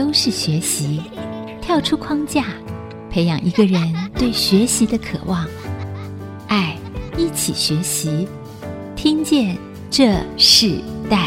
都是学习，跳出框架，培养一个人对学习的渴望。爱，一起学习，听见这世代。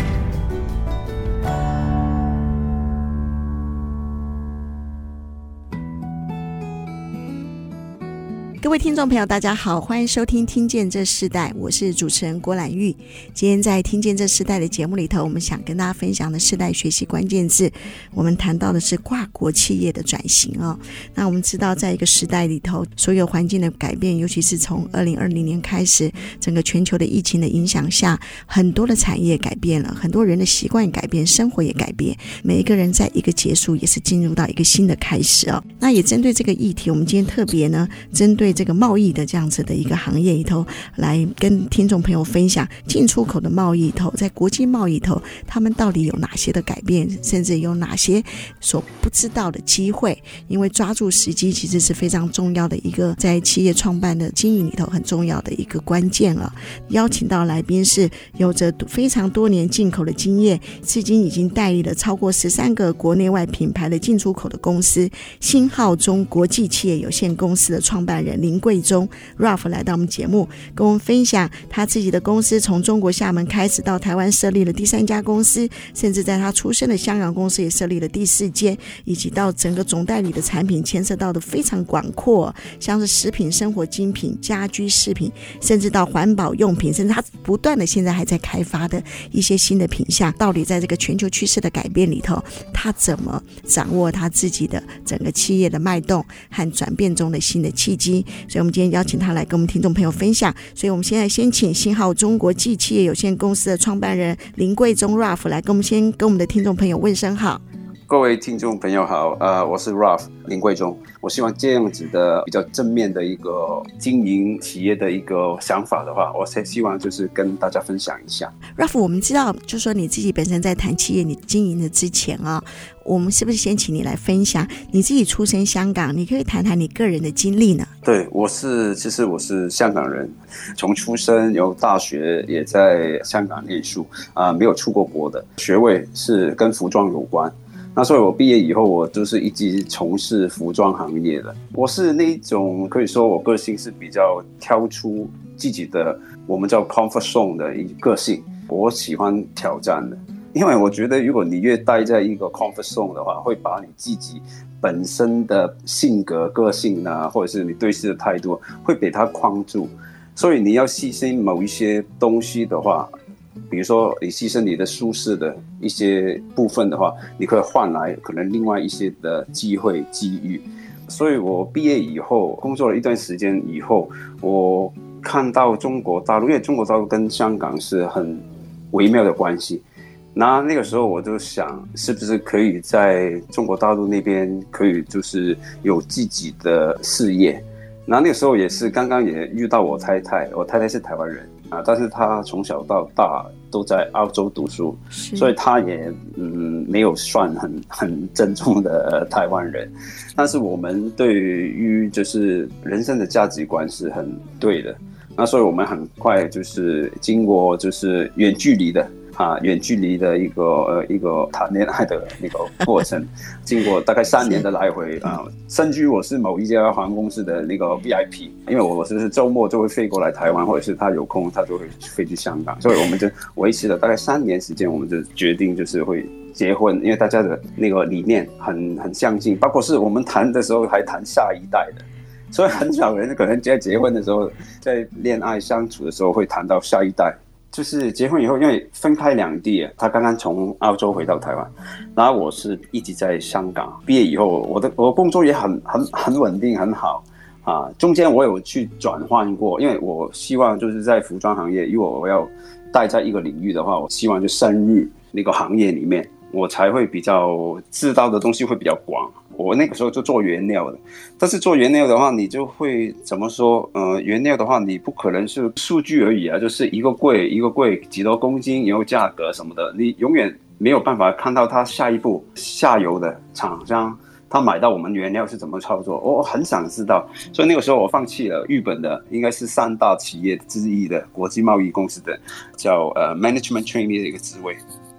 各位听众朋友大家好，欢迎收听听见这世代，我是主持人郭兰玉。今天在听见这世代的节目里头，我们想跟大家分享的世代学习关键字，我们谈到的是跨国企业的转型哦。那我们知道在一个时代里头，所有环境的改变，尤其是从2020年开始，整个全球的疫情的影响下，很多的产业改变了，很多人的习惯也改变，生活也改变，每一个人在一个结束也是进入到一个新的开始哦。那也针对这个议题，我们今天特别呢，针对这个贸易的这样子的一个行业里头，来跟听众朋友分享进出口的贸易里头，在国际贸易里头，他们到底有哪些的改变，甚至有哪些所不知道的机会。因为抓住时机其实是非常重要的一个在企业创办的经营里头很重要的一个关键了。邀请到来宾是有着非常多年进口的经验，至今已经代理了超过13个国内外品牌的进出口的公司，新浩中国际企业有限公司的创办人林贵中 Ralph 来到我们节目，跟我们分享他自己的公司从中国厦门开始到台湾设立了第3家公司，甚至在他出生的香港公司也设立了第4间，以及到整个总代理的产品牵涉到的非常广阔，像是食品、生活精品、家居饰品，甚至到环保用品，甚至他不断的现在还在开发的一些新的品项，到底在这个全球趋势的改变里头，他怎么掌握他自己的整个企业的脉动和转变中的新的契机。所以我们今天邀请他来跟我们听众朋友分享。所以我们现在先请新浩中国际企业有限公司的创办人林贵中 Ralph 来跟我们的听众朋友问声好。 各位听众朋友好，我是 Ralph 林贵中。我希望这样子的比较正面的一个经营企业的一个想法的话，我希望就是跟大家分享一下。 Ralph， 我们知道就是说你自己本身在谈企业你经营的之前啊，我们是不是先请你来分享你自己出生香港，你可以谈谈你个人的经历呢？ 对，其实我是香港人，从出生有大学也在香港念书没有出过国的，学位是跟服装有关。那所以我毕业以后，我就是一直从事服装行业的。我是那一种可以说我个性是比较跳出自己的我们叫 comfort zone 的一个性，我喜欢挑战的。因为我觉得如果你越待在一个 comfort zone 的话，会把你自己本身的性格个性啊，或者是你对事的态度会被它框住，所以你要牺牲某一些东西的话，比如说你牺牲你的舒适的一些部分的话，你可以换来可能另外一些的机会机遇。所以我毕业以后工作了一段时间以后，我看到中国大陆，因为中国大陆跟香港是很微妙的关系，那个时候我就想是不是可以在中国大陆那边可以就是有自己的事业。那个时候也是刚刚也遇到我太太，我太太是台湾人但是她从小到大都在澳洲读书，所以她也没有算很正宗的台湾人，但是我们对于就是人生的价值观是很对的。那所以我们很快就是经过就是远距离的一个谈恋爱的那个过程，经过大概3年的来回甚至于我是某一家航空公司的那个 VIP， 因为我是周末就会飞过来台湾，或者是他有空他就会飞去香港，所以我们就维持了大概3年时间，我们就决定就是会结婚，因为大家的那个理念很相近，包括是我们谈的时候还谈下一代的。所以很少人可能在结婚的时候，在恋爱相处的时候会谈到下一代。就是结婚以后，因为分开两地，他刚刚从澳洲回到台湾，然后我是一直在香港。毕业以后，我的工作也很稳定，很好中间我有去转换过，因为我希望就是在服装行业，如果我要待在一个领域的话，我希望就深入那个行业里面，我才会比较知道的东西会比较广。我那个时候就做原料的，但是做原料的话，你就会怎么说？原料的话，你不可能是数据而已就是一个柜几多公斤，然后价格什么的，你永远没有办法看到它下一步下游的厂商他买到我们原料是怎么操作，我很想知道。所以那个时候我放弃了日本的应该是3大企业之一的国际贸易公司的叫management trainee 的一个职位。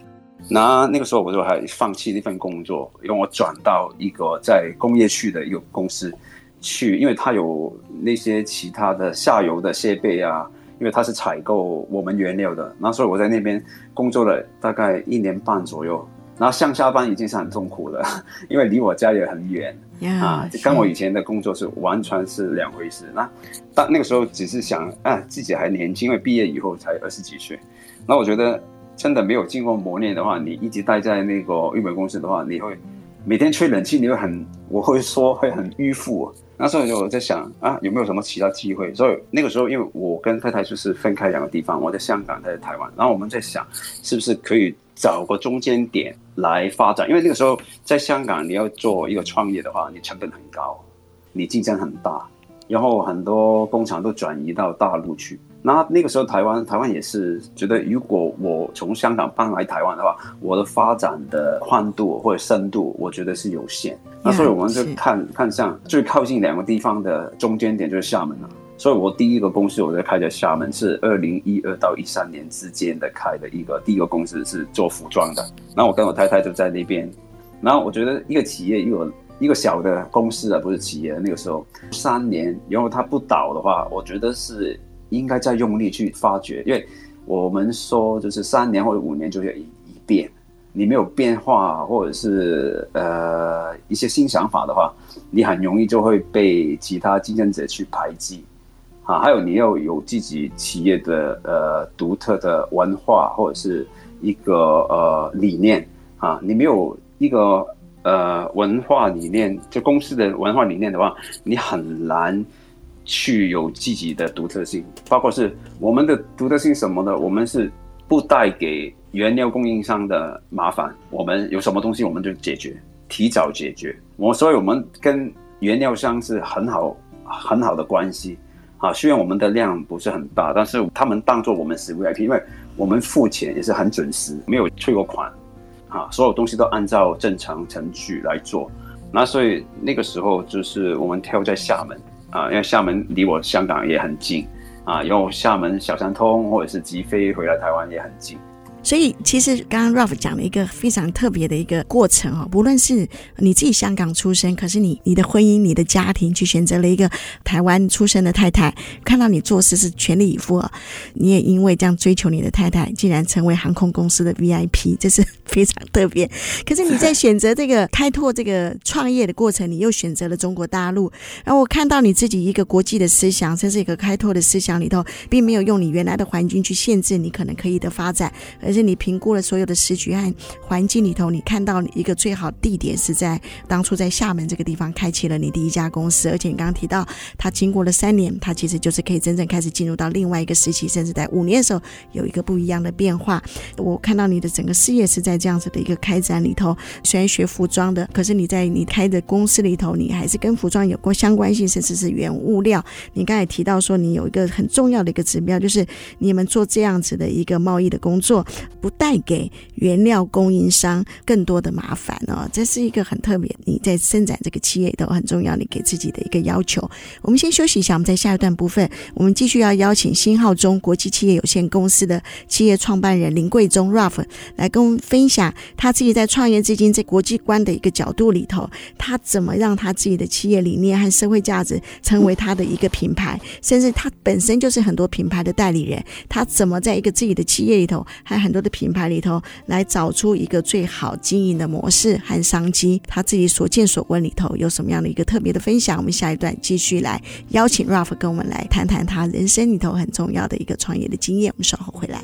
那个时候我就还放弃那份工作，因为我转到一个在工业区的一个公司去，因为它有那些其他的下游的设备啊，因为它是采购我们原料的。那所以我在那边工作了大概1年半左右，然后上下班已经是很痛苦了，因为离我家也很远。跟我以前的工作是完全是两回事。那个时候只是想自己还年轻，因为毕业以后才20几岁。那我觉得真的没有经过磨练的话，你一直待在那个日本公司的话，你会每天吹冷气，你我会说会很迂腐。那时候我在想有没有什么其他机会。所以那个时候因为我跟太太就是分开2个地方，我在香港，她在台湾，然后我们在想是不是可以找个中间点来发展。因为那个时候在香港你要做一个创业的话，你成本很高，你竞争很大，然后很多工厂都转移到大陆去。那个时候台湾也是觉得，如果我从香港搬来台湾的话，我的发展的宽度或者深度我觉得是有限。那所以我们就看向最靠近2个地方的中间点，就是厦门了。所以我第一个公司我在开在厦门，是2012到13年之间的开的第一个公司，是做服装的。然后我跟我太太就在那边。然后我觉得一个企业一个小的公司不是企业，那个时候3年，然后它不倒的话，我觉得是应该再用力去发掘。因为我们说就是3年或者5年就要一变，你没有变化或者是一些新想法的话，你很容易就会被其他竞争者去排挤。还有你要有自己企业的独特的文化或者是一个理念你没有一个文化理念，就公司的文化理念的话，你很难去有自己的独特性。包括是我们的独特性什么的，我们是不带给原料供应商的麻烦，我们有什么东西我们就解决，提早解决。所以我们跟原料商是很好的关系。虽然我们的量不是很大，但是他们当作我们是 VIP， 因为我们付钱也是很准时，没有退过款，所有东西都按照正常程序来做。那所以那个时候就是我们挑在厦门因为厦门离我香港也很近然后厦门小三通或者是直飞回来台湾也很近。 所以其实刚刚 Ralph 讲了一个非常特别的一个过程不论是你自己香港出生，可是你的婚姻你的家庭去选择了一个台湾出生的太太，看到你做事是全力以赴你也因为这样追求你的太太，竟然成为航空公司的 VIP， 这是非常特别。可是你在选择这个开拓这个创业的过程，你又选择了中国大陆，然后我看到你自己一个国际的思想，甚至一个开拓的思想里头，并没有用你原来的环境去限制你可能可以的发展，而是你评估了所有的时局和环境里头，你看到一个最好的地点是在当初在厦门这个地方开启了你第一家公司。而且你刚刚提到它经过了3年，它其实就是可以真正开始进入到另外一个时期，甚至在5年的时候有一个不一样的变化。我看到你的整个事业是在这样子的一个开展里头，虽然学服装的，可是你在你开的公司里头，你还是跟服装有过相关性，甚至是原物料。你刚才提到说你有一个很重要的一个指标，就是你们做这样子的一个贸易的工作，不带给原料供应商更多的麻烦这是一个很特别，你在伸展这个企业都很重要，你给自己的一个要求。我们先休息一下，我们在下一段部分我们继续要邀请新浩中国际企业有限公司的企业创办人林贵忠 Ralph 来跟我们分享他自己在创业至今在国际观的一个角度里头，他怎么让他自己的企业理念和社会价值成为他的一个品牌，甚至他本身就是很多品牌的代理人，他怎么在一个自己的企业里头和很多的品牌里头来找出一个最好经营的模式和商机，他自己所见所闻里头有什么样的一个特别的分享。我们下一段继续来邀请 Ralph 跟我们来谈谈他人生里头很重要的一个创业的经验。我们稍后回来。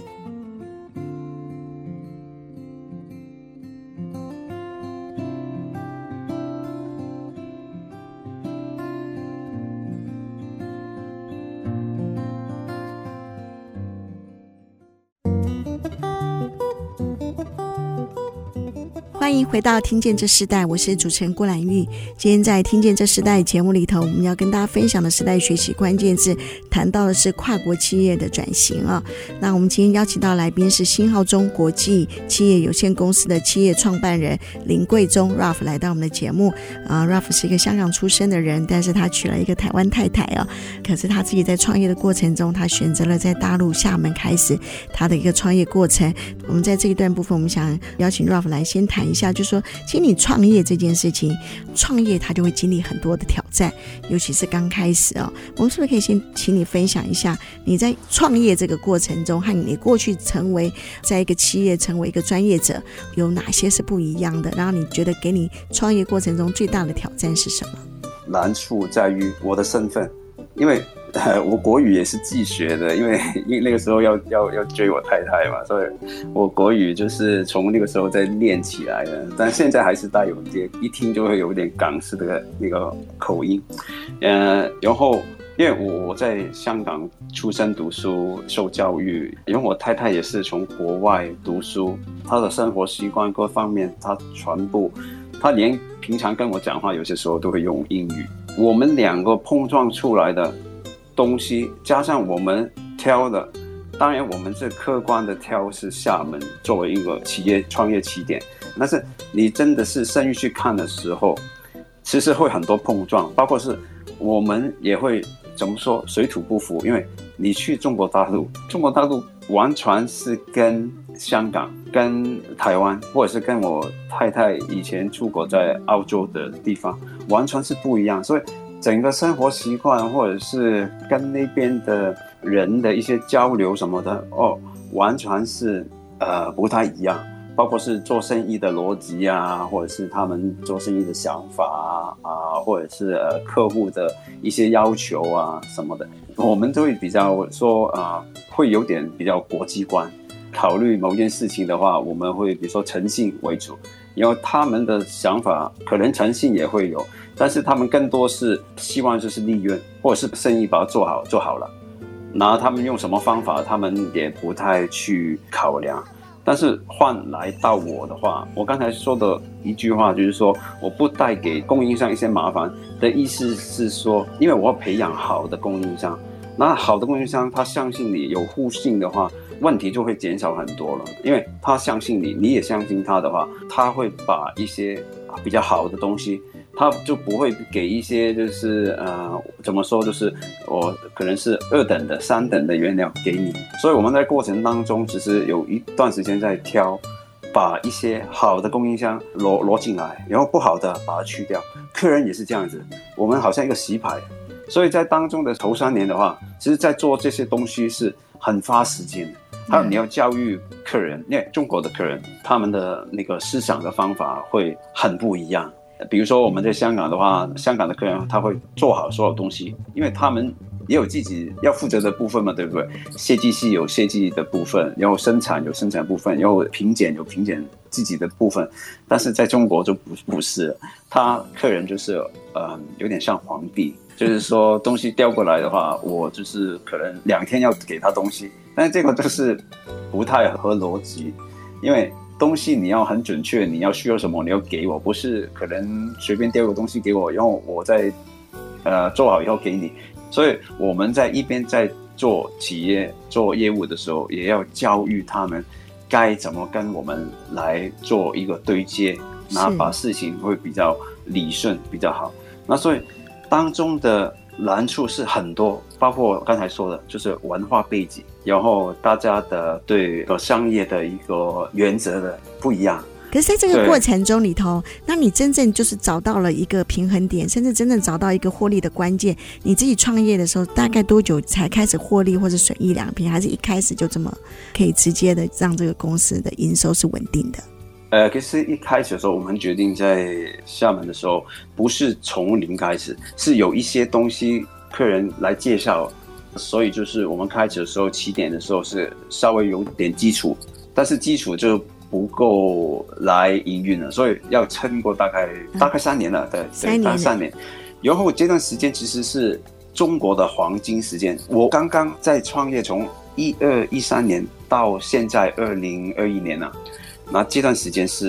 欢迎回到听见这世代，我是主持人郭兰玉。今天在听见这世代节目里头，我们要跟大家分享的时代学习关键字，谈到的是跨国企业的转型啊。那我们今天邀请到来宾是新浩中国际企业有限公司的企业创办人林贵宗 Ralph 来到我们的节目。Ralph 是一个香港出生的人，但是他娶了一个台湾太太啊。可是他自己在创业的过程中，他选择了在大陆厦门开始他的一个创业过程。我们在这一段部分，我们想邀请 Ralph 来先谈一下，就是说其实你创业这件事情，创业它就会经历很多的挑战，尤其是刚开始哦。我们是不是可以先请你分享一下你在创业这个过程中和你过去成为在一个企业成为一个专业者有哪些是不一样的，然后你觉得给你创业过程中最大的挑战是什么？ 难处在于我的身份，因为我国语也是自学的，因为那个时候要追我太太嘛，所以我国语就是从那个时候在练起来的，但现在还是带有一听就会有点港式的那个口音。然后因为我在香港出生读书受教育，因为我太太也是从国外读书，她的生活习惯各方面她全部，她连平常跟我讲话有些时候都会用英语。我们两个碰撞出来的东西加上我们挑的，当然我们这客观的挑是厦门作为一个企业创业起点，但是你真的是深入去看的时候，其实会很多碰撞，包括是我们也会怎么说水土不服，因为你去中国大陆完全是跟香港跟台湾或者是跟我太太以前出国在澳洲的地方完全是不一样，所以整个生活习惯或者是跟那边的人的一些交流什么的完全是不太一样，包括是做生意的逻辑啊，或者是他们做生意的想法啊，或者是客户的一些要求啊什么的，我们都会比较说会有点比较国际观，考虑某件事情的话，我们会比如说诚信为主，因为他们的想法可能诚信也会有，但是他们更多是希望就是利润或者是生意把它做好了，然后他们用什么方法他们也不太去考量。但是换来到我的话，我刚才说的一句话就是说，我不带给供应商一些麻烦的意思是说，因为我要培养好的供应商，那好的供应商他相信你有互信的话，问题就会减少很多了，因为他相信你，你也相信他的话，他会把一些比较好的东西，他就不会给一些就是怎么说，就是我可能是2等的3等的原料给你，所以我们在过程当中其实有一段时间在挑，把一些好的供应商挪进来，然后不好的把它去掉，客人也是这样子，我们好像一个洗牌，所以在当中的头3年的话，其实在做这些东西是很花时间的。还有你要教育客人，因为中国的客人他们的那个思想的方法会很不一样。比如说我们在香港的话，香港的客人他会做好所有东西，因为他们也有自己要负责的部分嘛，对不对？设计系有设计的部分，然后生产有生产部分，然后品检有品检自己的部分。但是在中国就不是了，他客人就是有点像皇帝，就是说东西调过来的话，我就是可能2天要给他东西，但是这个就是不太合逻辑，因为东西你要很准确，你要需要什么你要给我，不是可能随便调个东西给我，然后我再做好以后给你。所以我们在一边在做企业做业务的时候，也要教育他们该怎么跟我们来做一个对接，然后把事情会比较理顺比较好。那所以当中的难处是很多，包括我刚才说的就是文化背景，然后大家的对商业的一个原则的不一样。 可是在这个过程中里头，那你真正就是找到了一个平衡点，甚至真正找到一个获利的关键。你自己创业的时候大概多久才开始获利，或者损益两平，还是一开始就这么可以直接的让这个公司的营收是稳定的？ 可是一开始的时候，我们决定在厦门的时候，不是从零开始，是有一些东西客人来介绍，所以就是我们开始的时候，起点的时候是稍微有点基础，但是基础就不够来营运了，所以要撑过大概3年了，对，3年。然后这段时间其实是中国的黄金时间，我刚刚在创业，从12、13年到现在2021年了。那这段时间是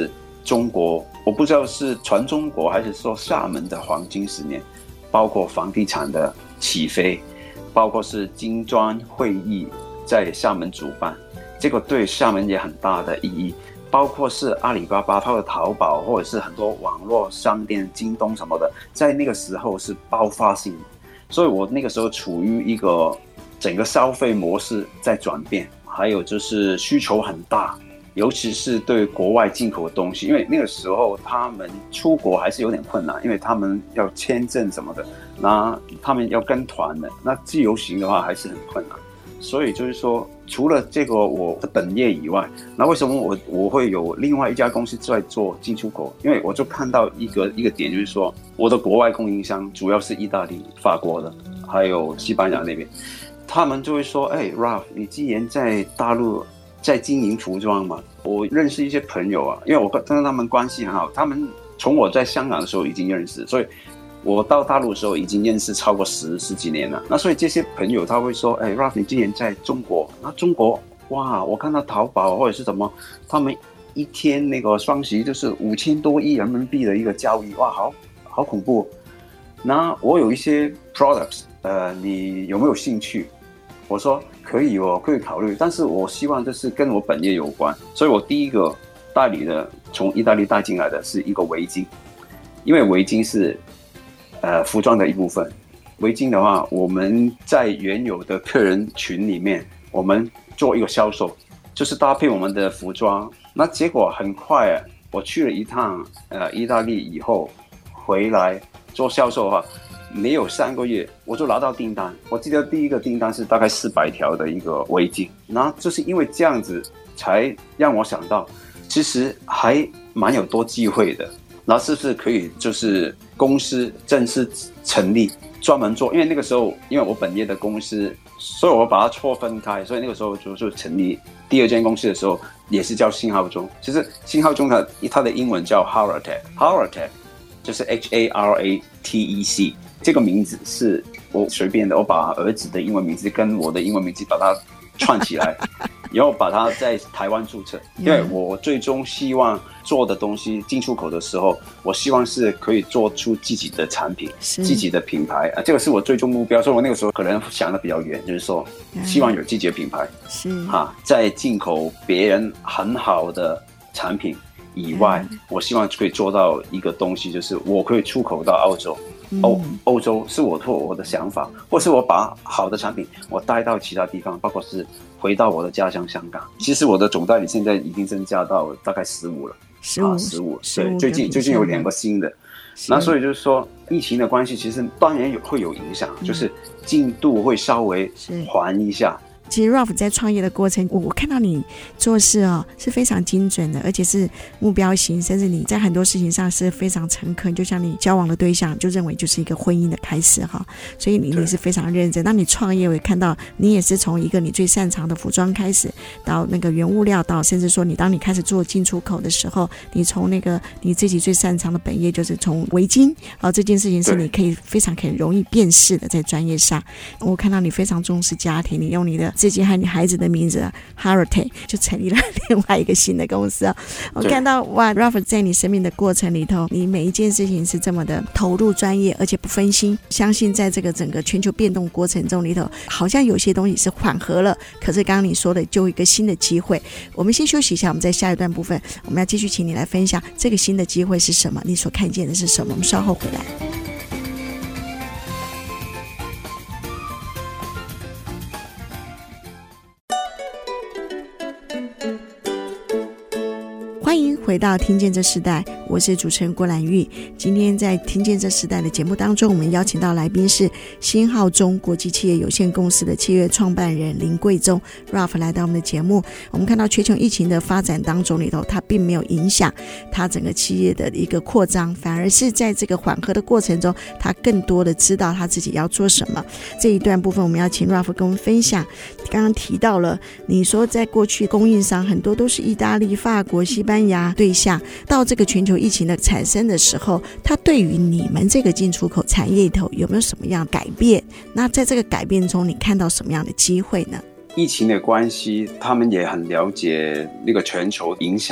中国，我不知道是全中国还是说厦门的黄金10年，包括房地产的起飞，包括是金砖会议在厦门主办，这个对厦门也很大的意义。包括是阿里巴巴，它的淘宝或者是很多网络商店，京东什么的，在那个时候是爆发性的，所以我那个时候处于一个整个消费模式在转变，还有就是需求很大，尤其是对国外进口的东西，因为那个时候他们出国还是有点困难，因为他们要签证什么的，那他们要跟团的，那自由行的话还是很困难。所以就是说，除了这个我的本业以外，那为什么我会有另外一家公司在做进出口？因为我就看到一个点，就是说我的国外供应商主要是意大利、法国的，还有西班牙那边，他们就会说：“哎 ，Ralph， 你既然在大陆在经营服装嘛，我认识一些朋友啊，因为我跟他们关系很好，他们从我在香港的时候已经认识，所以。”我到大陆的时候已经认识超过十几年了，那所以这些朋友他会说，哎 ，Ralph， 你今年在中国，那中国哇，我看到淘宝或者是什么，他们一天那个双十一就是5000多亿人民币的一个交易，哇，好恐怖。那我有一些 products， 你有没有兴趣？我说可以哦，可以考虑，但是我希望这是跟我本业有关，所以我第一个代理的从意大利带进来的是一个围巾，因为围巾是。服装的一部分，围巾的话，我们在原有的客人群里面，我们做一个销售，就是搭配我们的服装。那结果很快我去了一趟意大利以后，回来做销售的话，没有3个月我就拿到订单。我记得第一个订单是大概400条的一个围巾，那就是因为这样子才让我想到，其实还蛮有多机会的。然后是不是可以就是公司正式成立专门做，因为那个时候因为我本业的公司，所以我把它错分开，所以那个时候就是成立第2间公司的时候也是叫信浩中。其实信浩中它的英文叫 Haratech 就是 HARATEC， 这个名字是我随便的，我把儿子的英文名字跟我的英文名字把它串起来然后把它在台湾注册，因为我最终希望做的东西进出口的时候，我希望是可以做出自己的产品，自己的品牌这个是我最终目标。所以我那个时候可能想的比较远，就是说希望有自己的品牌，在进口别人很好的产品以外，我希望可以做到一个东西，就是我可以出口到澳洲。欧洲是我的想法，或是我把好的产品我带到其他地方，包括是回到我的家乡香港。其实我的总代理现在已经增加到大概15了，15对，最近有2个新的。那所以就是说疫情的关系，其实当然会有影响，就是进度会稍微缓一下。 其实 Ralph 在创业的过程，我看到你做事是非常精准的，而且是目标型，甚至你在很多事情上是非常诚恳，就像你交往的对象就认为就是一个婚姻的开始所以你是非常认真。当你创业，我也看到你也是从一个你最擅长的服装开始，到那个原物料，到甚至说当你开始做进出口的时候，你从那个你自己最擅长的本业，就是从围巾这件事情是你可以非常可以容易辨识的，在专业上我看到你非常重视家庭，你用你的自己和你孩子的名字Haratech 就成立了另外一个新的公司我看到哇 Ralph 在你生命的过程里头，你每一件事情是这么的投入专业，而且不分心。相信在这个整个全球变动过程中里头，好像有些东西是缓和了，可是刚刚你说的就一个新的机会。我们先休息一下，我们在下一段部分我们要继续请你来分享这个新的机会是什么，你所看见的是什么，我们稍后回来。欢迎回到听见这时代，我是主持人郭兰玉。今天在听见这时代的节目当中，我们邀请到来宾是新浩中国际企业有限公司的契约创办人林贵宗 Ralph 来到我们的节目。我们看到全球疫情的发展当中里头，它并没有影响它整个企业的一个扩张，反而是在这个缓和的过程中，它更多的知道他自己要做什么。这一段部分我们要请 Ralph 跟我们分享。刚刚提到了你说在过去供应商很多都是意大利、法国、西班牙对象，到这个全球疫情的产生的时候，它对于你们这个进出口产业里头有没有什么样的改变？那在这个改变中你看到什么样的机会呢？ 疫情的关系，他们也很了解那个全球影响，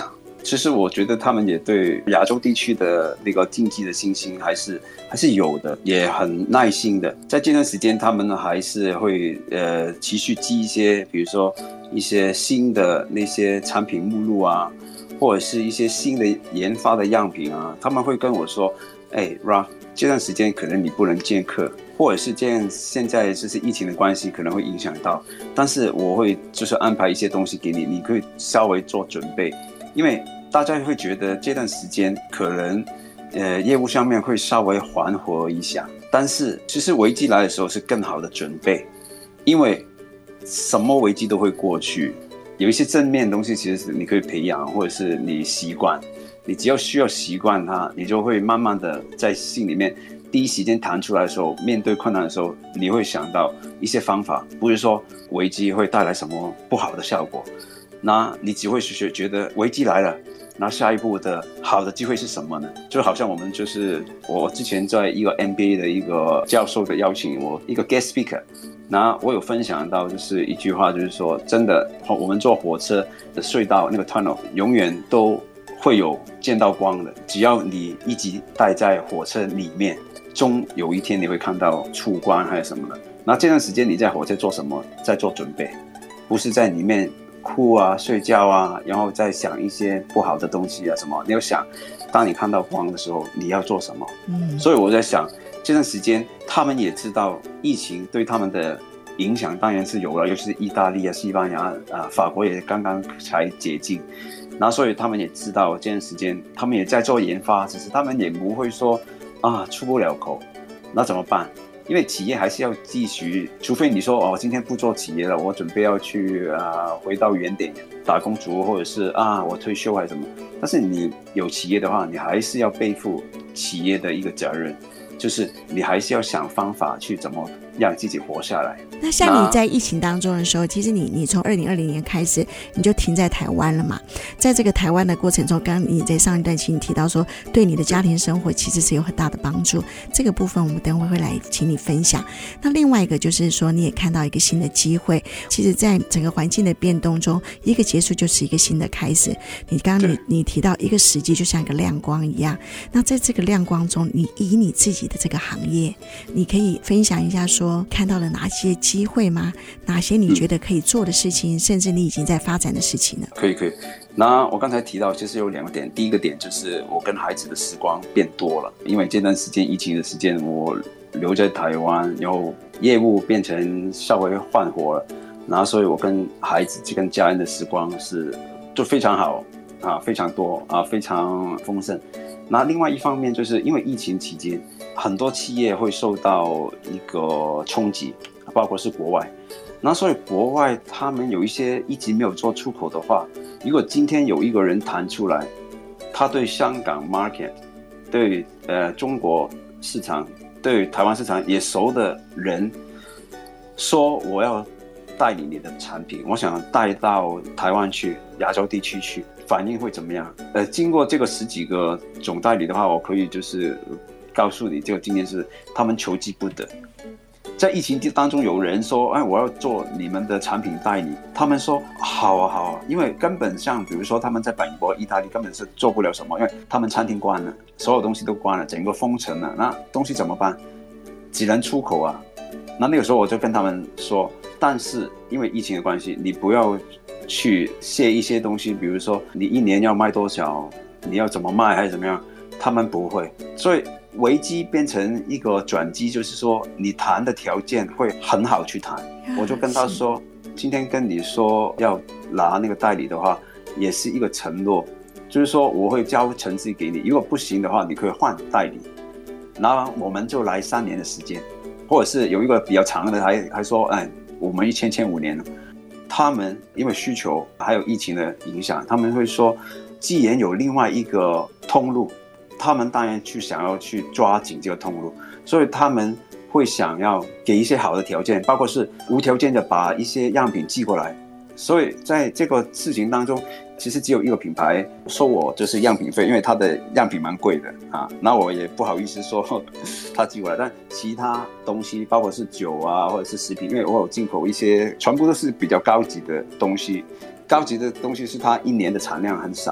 其实我觉得他们也对亚洲地区的那个经济的信心还是有的，也很耐心的。在这段时间，他们还是会持续寄一些，比如说一些新的那些产品目录啊，或者是一些新的研发的样品啊，他们会跟我说，Ralph， 这段时间可能你不能见客，或者是这样，现在就是疫情的关系可能会影响到，但是我会就是安排一些东西给你，你可以稍微做准备。因为大家会觉得这段时间可能业务上面会稍微缓和一下，但是其实危机来的时候是更好的准备，因为什么危机都会过去，有一些正面的东西其实是你可以培养，或者是你习惯，你只要需要习惯它，你就会慢慢的在心里面第一时间弹出来的时候，面对困难的时候，你会想到一些方法，不是说危机会带来什么不好的效果，那你只会觉得危机来了，那下一步的好的机会是什么呢？就好像我之前在一个 MBA 的一个教授的邀请，我一个 guest speaker， 那我有分享到就是一句话，就是说真的，我们坐火车的隧道那个 tunnel 永远都会有见到光的，只要你一直待在火车里面，终有一天你会看到曙光还是什么的。那这段时间你在火车做什么？在做准备，不是在里面哭啊、睡觉啊，然后再想一些不好的东西啊什么。你要想，当你看到光的时候，你要做什么？所以我在想，这段时间他们也知道疫情对他们的影响当然是有了，尤其是意大利啊、西班牙啊、法国也刚刚才解禁，然后所以他们也知道这段时间，他们也在做研发，只是他们也不会说出不了口，那怎么办？因为企业还是要继续，除非你说我今天不做企业了，我准备要去回到原点打工族，或者是我退休还是什么。但是你有企业的话，你还是要背负企业的一个责任，就是你还是要想方法去怎么让自己活下来。 那像你在疫情当中的时候，其实你从2020年开始你就停在台湾了嘛，在这个台湾的过程中，刚刚你在上一段期你提到说对你的家庭生活其实是有很大的帮助，这个部分我们等会会来请你分享。那另外一个就是说你也看到一个新的机会，其实在整个环境的变动中，一个结束就是一个新的开始。你刚刚你提到一个时机就像一个亮光一样，那在这个亮光中，你以你自己的这个行业，你可以分享一下说看到了哪些机会吗？哪些你觉得可以做的事情，甚至你已经在发展的事情呢？ 可以。那我刚才提到其实有2个点，第一个点就是我跟孩子的时光变多了，因为这段时间疫情的时间我留在台湾，然后业务变成稍微缓和了，然后所以我跟孩子跟家人的时光就非常好非常多非常丰盛。那另外一方面就是因为疫情期间很多企业会受到一个冲击，包括是国外，那所以国外他们有一些一直没有做出口的话，如果今天有一个人弹出来，他对香港 market 对中国市场对台湾市场也熟的人说我要代理你的产品，我想带到台湾去亚洲地区去，反应会怎么样？经过这个10几个总代理的话，我可以就是告诉你这个经验是他们求之不得。在疫情当中有人说我要做你们的产品代理，他们说好啊，因为根本像比如说他们在本国意大利根本是做不了什么，因为他们餐厅关了，所有东西都关了，整个封城了，那东西怎么办？只能出口啊。那个时候我就跟他们说，但是因为疫情的关系，你不要去卸一些东西，比如说你1年要卖多少，你要怎么卖还是怎么样，他们不会。所以危机变成一个转机，就是说你谈的条件会很好去谈。我就跟他说，今天跟你说要拿那个代理的话，也是一个承诺，就是说我会交程序给你，如果不行的话，你可以换代理，然后我们就来3年的时间，或者是有一个比较长的还说我们签5年了。他们因为需求还有疫情的影响，他们会说既然有另外一个通路，他们当然想要去抓紧这个通路，所以他们会想要给一些好的条件，包括是无条件的把一些样品寄过来。所以在这个事情当中，其实只有一个品牌收我就是样品费，因为他的样品蛮贵的那我也不好意思说他寄过来，但其他东西包括是酒啊或者是食品，因为我有进口一些全部都是比较高级的东西，高级的东西是它1年的产量很少，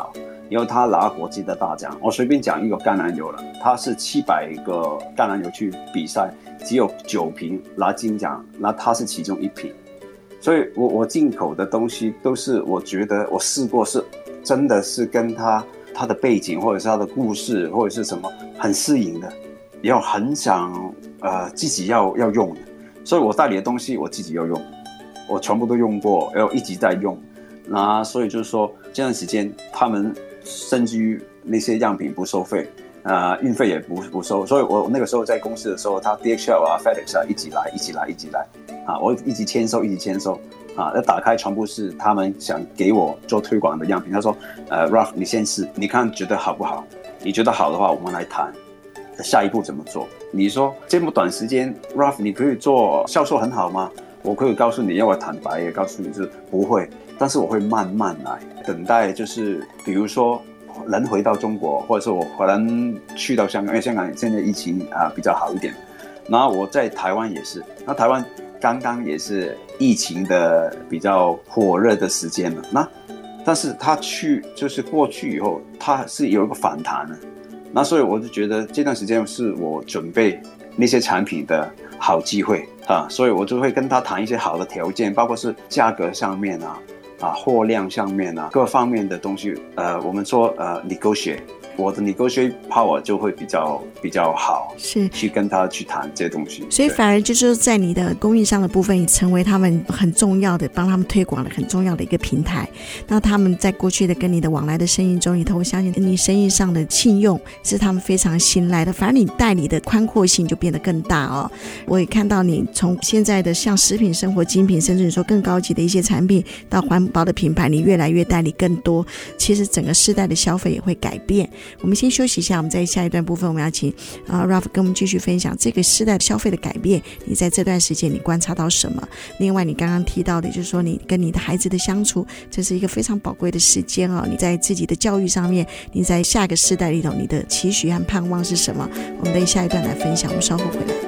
然后他拿国际的大奖。我随便讲一个橄榄油了，他是700个橄榄油去比赛，只有9瓶拿金奖，那他是其中1瓶。所以我进口的东西都是我觉得我试过是真的是跟他的背景或者是他的故事或者是什么很适应的，然后很想自己要用的。所以我代理的东西我自己要用，我全部都用过，然后一直在用。那所以就是说这段时间他们甚至于那些样品不收费，运费也不收。所以我那个时候在公司的时候，他 DHL 啊 FedEx 啊一起来我一直签收那打开全部是他们想给我做推广的样品。他说Ralph 你先试，你看觉得好不好，你觉得好的话我们来谈下一步怎么做。你说这么短时间 Ralph 你可以做销售很好吗？我可以告诉你，要我坦白也告诉你是不会，但是我会慢慢来，等待就是比如说能回到中国，或者是我可能去到香港，因为香港现在疫情比较好一点。然后我在台湾也是，那台湾刚刚也是疫情的比较火热的时间了，但是他就是过去以后，他是有一个反弹的。那所以我就觉得这段时间是我准备那些产品的好机会所以我就会跟他谈一些好的条件，包括是价格上面货量上面各方面的东西。我们说negotiate， 我的 negotiate power 就会比较好， 是去跟他去谈这些东西。 所以反而就是在你的供应商的部分，也成为他们很重要的，帮他们推广的很重要的一个平台。那他们在过去的跟你的往来的生意中里头，我相信你生意上的信用是他们非常信赖的，反而你代理的宽阔性就变得更大哦。我也看到你从现在的像食品、生活精品，甚至你说更高级的一些产品，到环保的品牌，你越来越代理更多。其实整个世代的消费也会改变。我们先休息一下，我们在下一段部分我们要请Ralph 跟我们继续分享这个世代的消费的改变，你在这段时间你观察到什么。另外你刚刚提到的就是说你跟你的孩子的相处，这是一个非常宝贵的时间你在自己的教育上面，你在下个世代里头你的期许和盼望是什么，我们在下一段来分享，我们稍后回来。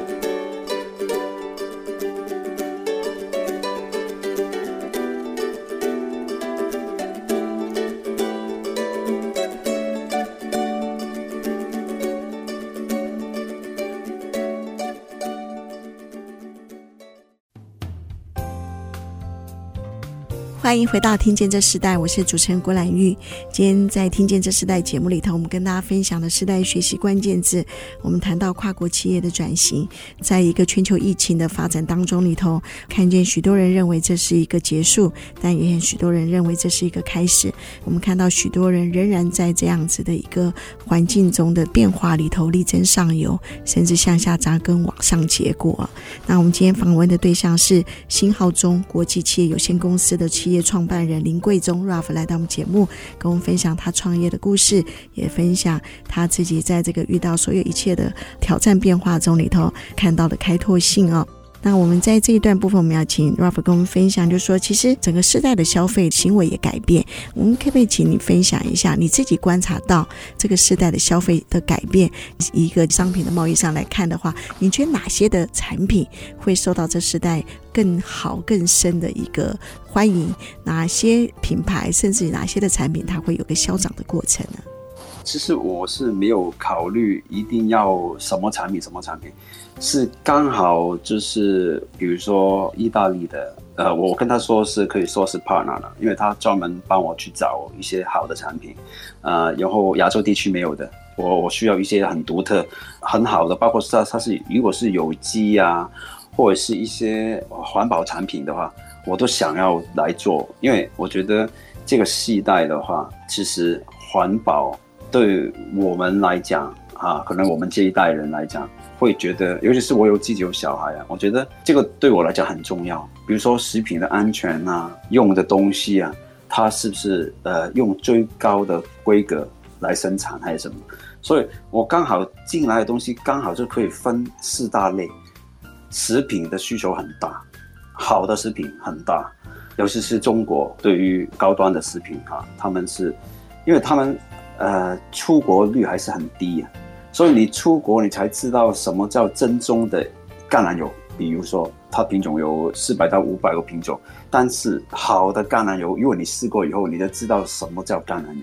欢迎回到听见这时代，我是主持人郭兰玉。今天在听见这时代节目里头，我们跟大家分享的时代学习关键字，我们谈到跨国企业的转型，在一个全球疫情的发展当中里头，看见许多人认为这是一个结束，但也有许多人认为这是一个开始。我们看到许多人仍然在这样子的一个环境中的变化里头力争上游，甚至向下扎根往上结果。那我们今天访问的对象是新浩中国际企业有限公司的企业创办人林贵宗 Ralph 来到我们节目，跟我们分享他创业的故事，也分享他自己在这个遇到所有一切的挑战变化中里头看到的开拓性那我们在这一段部分，我们要请 Ralph 跟我们分享，就是说其实整个世代的消费行为也改变。我们可不可以请你分享一下你自己观察到这个世代的消费的改变，一个商品的贸易上来看的话，你觉得哪些的产品会受到这世代更好更深的一个欢迎，哪些品牌甚至哪些的产品它会有个消长的过程呢？ 其实我是没有考虑一定要什么产品，是刚好就是比如说意大利的我跟他说是可以说是 partner 了，因为他专门帮我去找一些好的产品然后亚洲地区没有的，我需要一些很独特很好的，包括它是如果是有机或者是一些环保产品的话，我都想要来做。因为我觉得这个世代的话，其实环保对我们来讲可能我们这一代人来讲会觉得，尤其是我自己有小孩我觉得这个对我来讲很重要。比如说食品的安全用的东西它是不是用最高的规格来生产还是什么。所以我刚好进来的东西刚好就可以分4大类。食品的需求很大，好的食品很大，尤其是中国对于高端的食品他们是因为他们出国率还是很低所以你出国你才知道什么叫正宗的橄榄油。比如说它品种有400到500个品种，但是好的橄榄油如果你试过以后，你就知道什么叫橄榄油。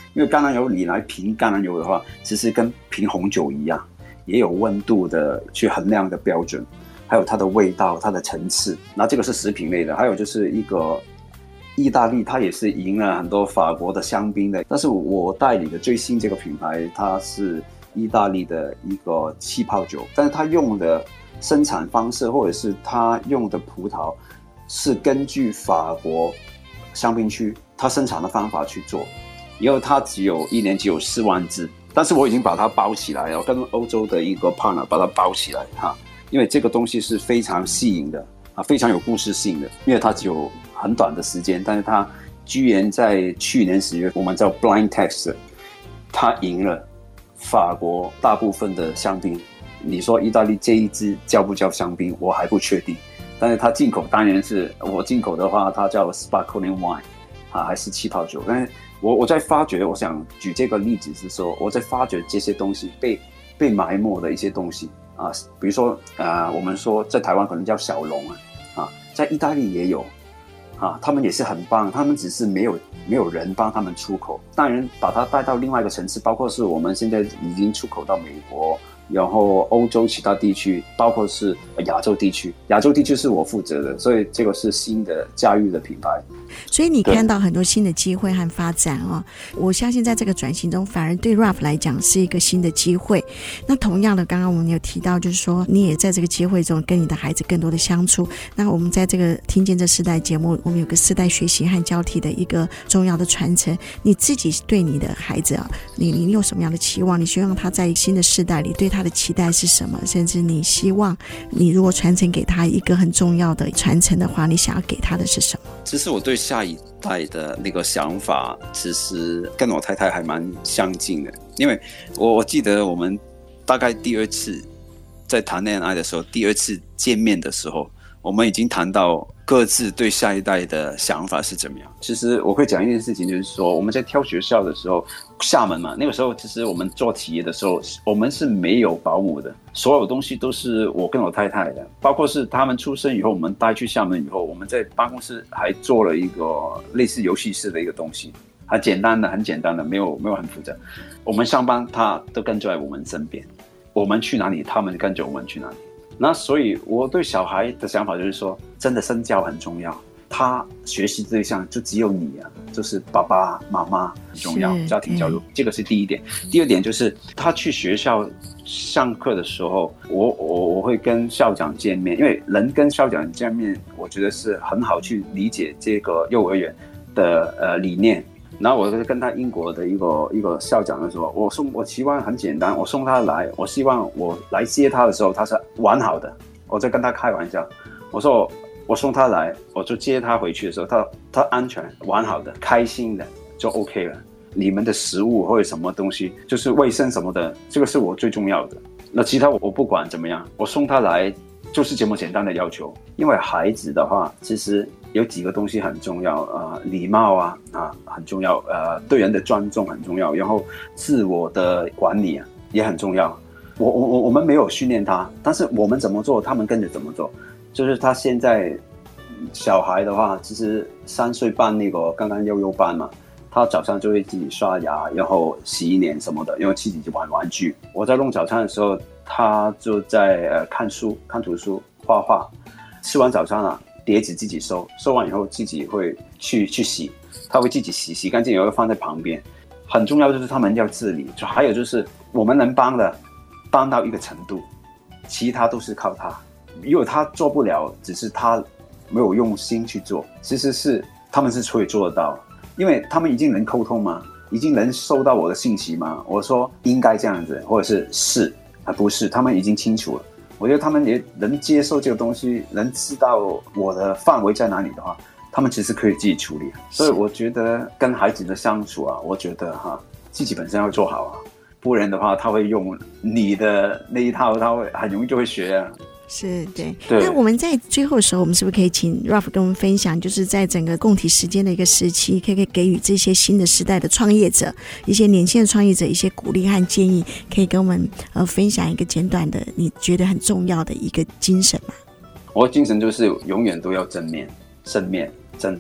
因为橄榄油你来评橄榄油的话，其实跟评红酒一样，也有温度的去衡量的标准，还有它的味道、它的层次。那这个是食品类的，还有就是一个意大利，它也是赢了很多法国的香槟的。但是我代理的最新这个品牌，它是意大利的一个气泡酒，但是它用的生产方式或者是它用的葡萄是根据法国香槟区它生产的方法去做，因为它一年只有4万支，但是我已经把它包起来了，跟欧洲的一个 partner 把它包起来哈，因为这个东西是非常吸引的啊，非常有故事性的，因为它只有很短的时间，但是它居然在去年10月，我们叫 blind test， 它赢了法国大部分的香槟。你说意大利这一支叫不叫香槟，我还不确定。但是它进口当然是我进口的话，它叫 sparkling wine 啊，还是气泡酒。但是我在发掘，我想举这个例子是说，我在发掘这些东西被埋没的一些东西啊，比如说我们说在台湾可能叫小龙啊，在意大利也有啊，他们也是很棒，他们只是没有人帮他们出口。当然把它带到另外一个层次，包括是我们现在已经出口到美国。然后欧洲其他地区，包括是亚洲地区，亚洲地区是我负责的，所以这个是新的驾驭的品牌。 所以你看到很多新的机会和发展哦，我相信在这个转型中，反而对 Ralph 来讲是一个新的机会。那同样的，刚刚我们有提到，就是说你也在这个机会中跟你的孩子更多的相处。那我们在这个听见这世代节目，我们有个世代学习和交替的一个重要的传承。你自己对你的孩子啊，你有什么样的期望？你希望他在新的世代里对他的期待是什么？甚至你希望你如果传承给他一个很重要的传承的话，你想要给他的是什么？ 其实我对下一代的那个想法，其实跟我太太还蛮相近的，因为我记得我们大概第2次在谈恋爱的时候，第2次见面的时候，我们已经谈到各自对下一代的想法是怎么样。其实我会讲一件事情，就是说我们在挑学校的时候，厦门嘛，那个时候其实我们做企业的时候，我们是没有保姆的，所有东西都是我跟我太太的，包括是他们出生以后，我们带去厦门以后，我们在办公室还做了一个类似游戏室的一个东西，很简单的，没有很复杂。我们上班他都跟在我们身边，我们去哪里他们跟着我们去哪里。那所以我对小孩的想法就是说，真的身教很重要，他学习对象就只有你啊，就是爸爸妈妈很重要，家庭教育，这个是第一点。第二点就是他去学校上课的时候，我会跟校长见面，因为人跟校长见面，我觉得是很好去理解这个幼儿园的理念。然后我跟他英国的一个校长的时候，我希望很简单，我送他来，我希望我来接他的时候他是完好的，我在跟他开玩笑，我说我送他来，我就接他回去的时候，他安全完好的开心的就 OK 了。你们的食物或者什么东西就是卫生什么的，这个是我最重要的，那其他我不管怎么样，我送他来就是这么简单的要求。因为孩子的话其实有几个东西很重要，礼貌啊很重要，对人的尊重很重要，然后自我的管理也很重要。我们没有训练他，但是我们怎么做他们跟着怎么做。就是他现在小孩的话，其实3岁半那个刚刚幼班嘛，他早上就会自己刷牙，然后洗脸什么的，然后自己就玩玩具。我在弄早餐的时候，他就在看书、看图书、画画。吃完早餐碟子自己收完以后自己会去洗，他会自己洗干净，然后放在旁边。很重要就是他们要自理，还有就是我们能帮到一个程度，其他都是靠他。如果他做不了，只是他没有用心去做，其实是他们是可以做得到，因为他们已经能沟通嘛，已经能收到我的信息嘛。我说应该这样子，或者是不是，他们已经清楚了。我觉得他们也能接受这个东西，能知道我的范围在哪里的话，他们其实可以自己处理。所以我觉得跟孩子的相处我觉得自己本身要做好不然的话他会用你的那一套，他会很容易就会学是对。那我们在最后的时候，我们是不是可以请 Ralph 跟我们分享，就是在整个共体时间的一个时期，可以给予这些新的时代的创业者，一些年轻的创业者一些鼓励和建议，可以跟我们分享一个简短的你觉得很重要的一个精神吗？ 我的精神就是永远都要正面，真的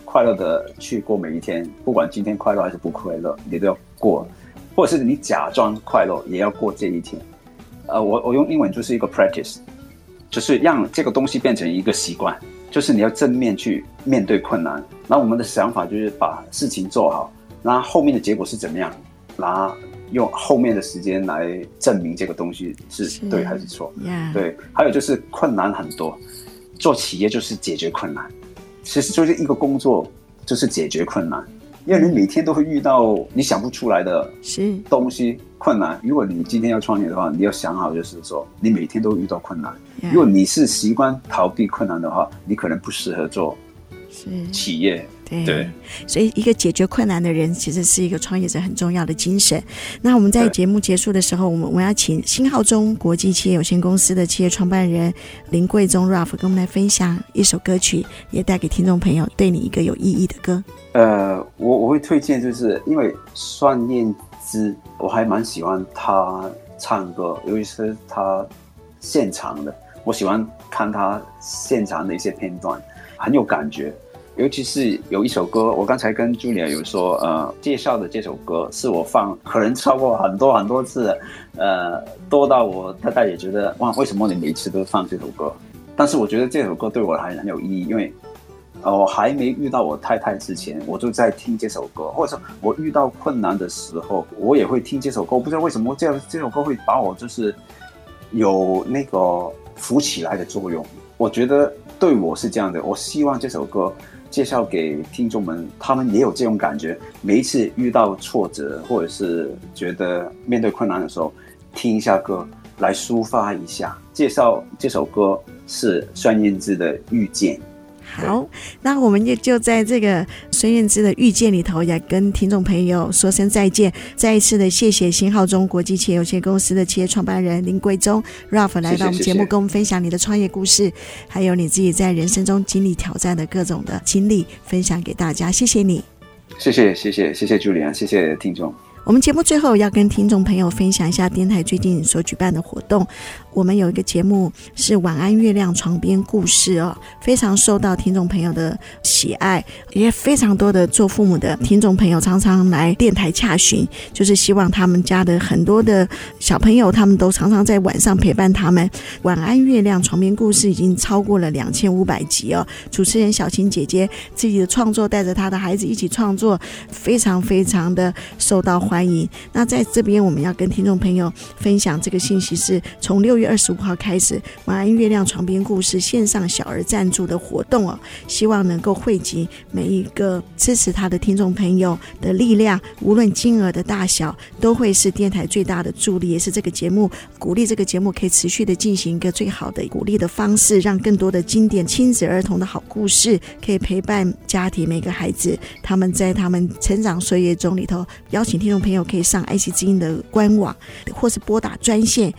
快乐的去过每一天，不管今天快乐还是不快乐，你都要过，或者是你假装快乐也要过这一天。我用英文就是一个 practice， 就是让这个东西变成一个习惯，就是你要正面去面对困难。那我们的想法就是把事情做好，那后面的结果是怎么样，那用后面的时间来证明这个东西是对还是错。对，还有就是困难很多，做企业就是解决困难，其实就是一个工作就是解决困难，因为你每天都会遇到你想不出来的东西困难。如果你今天要创业的话，你要想好，就是说你每天都遇到困难。如果你是习惯逃避困难的话，你可能不适合做企业。对， 所以一个解决困难的人其实是一个创业者很重要的精神。那我们在节目结束的时候，我们要请新浩中国际企业有限公司的企业创办人林贵宗 Ralph 跟我们来分享一首歌曲，也带给听众朋友对你一个有意义的歌。 我会推荐，就是因为孙燕姿，我还蛮喜欢她唱歌，尤其是她现场的，我喜欢看她现场的一些片段，很有感觉。尤其是有一首歌，我刚才跟 Julia 有说，介绍的这首歌是我放可能超过很多次，多到我太太也觉得哇，为什么你每次都放这首歌？但是我觉得这首歌对我还很有意义，因为我还没遇到我太太之前，我就在听这首歌，或者说我遇到困难的时候，我也会听这首歌。我不知道为什么这首歌会把我就是有那个扶起来的作用。我觉得对我是这样的，我希望这首歌介绍给听众们，他们也有这种感觉。每一次遇到挫折，或者是觉得面对困难的时候，听一下歌来抒发一下。介绍这首歌是孙燕姿的《遇见》。 好，那我们也就在这个孙燕姿的遇见里头，也跟听众朋友说声再见。再一次的谢谢新浩中国际企业有限公司的企业创办人林贵宗 Ralph 来到我们节目，跟我们分享你的创业故事，还有你自己在人生中经历挑战的各种的经历，分享给大家。谢谢你。 谢谢 Julia， 谢谢听众。 我们节目最后要跟听众朋友分享一下电台最近所举办的活动。我们有一个节目是晚安月亮床边故事哦，非常受到听众朋友的喜爱，也非常多的做父母的听众朋友常常来电台洽询，就是希望他们家的很多的小朋友，他们都常常在晚上陪伴他们。晚安月亮床边故事已经超过了2500集哦，主持人小琴姐姐自己的创作，带着她的孩子一起创作，非常非常的受到欢迎。那在这边我们要跟听众朋友分享这个信息，是从6月25号开始，晚安月亮床边故事线上小儿赞助的活动哦，希望能够汇集每一个支持他的听众朋友的力量，无论金额的大小，都会是电台最大的助力，也是这个节目鼓励这个节目可以持续的进行一个最好的鼓励的方式，让更多的经典亲子儿童的好故事可以陪伴家庭每个孩子，他们在他们成长岁月中里头，邀请听众朋友可以上爱惜之音的官网，或是拨打专线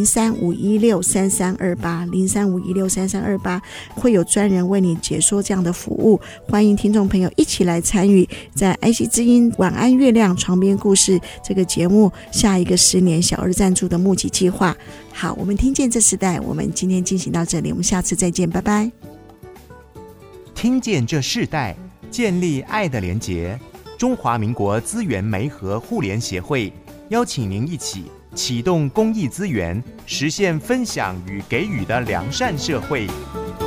03-516-3328 03-516-3328，会有专人为你解说这样的服务。欢迎听众朋友一起来参与在爱惜之音晚安月亮床边故事这个节目下一个10年小儿赞助的募集计划。好，我们听见这时代，我们今天进行到这里，我们下次再见，拜拜。 听见这世代，建立爱的连结。中华民国资源媒合互联协会邀请您一起启动公益资源，实现分享与给予的良善社会。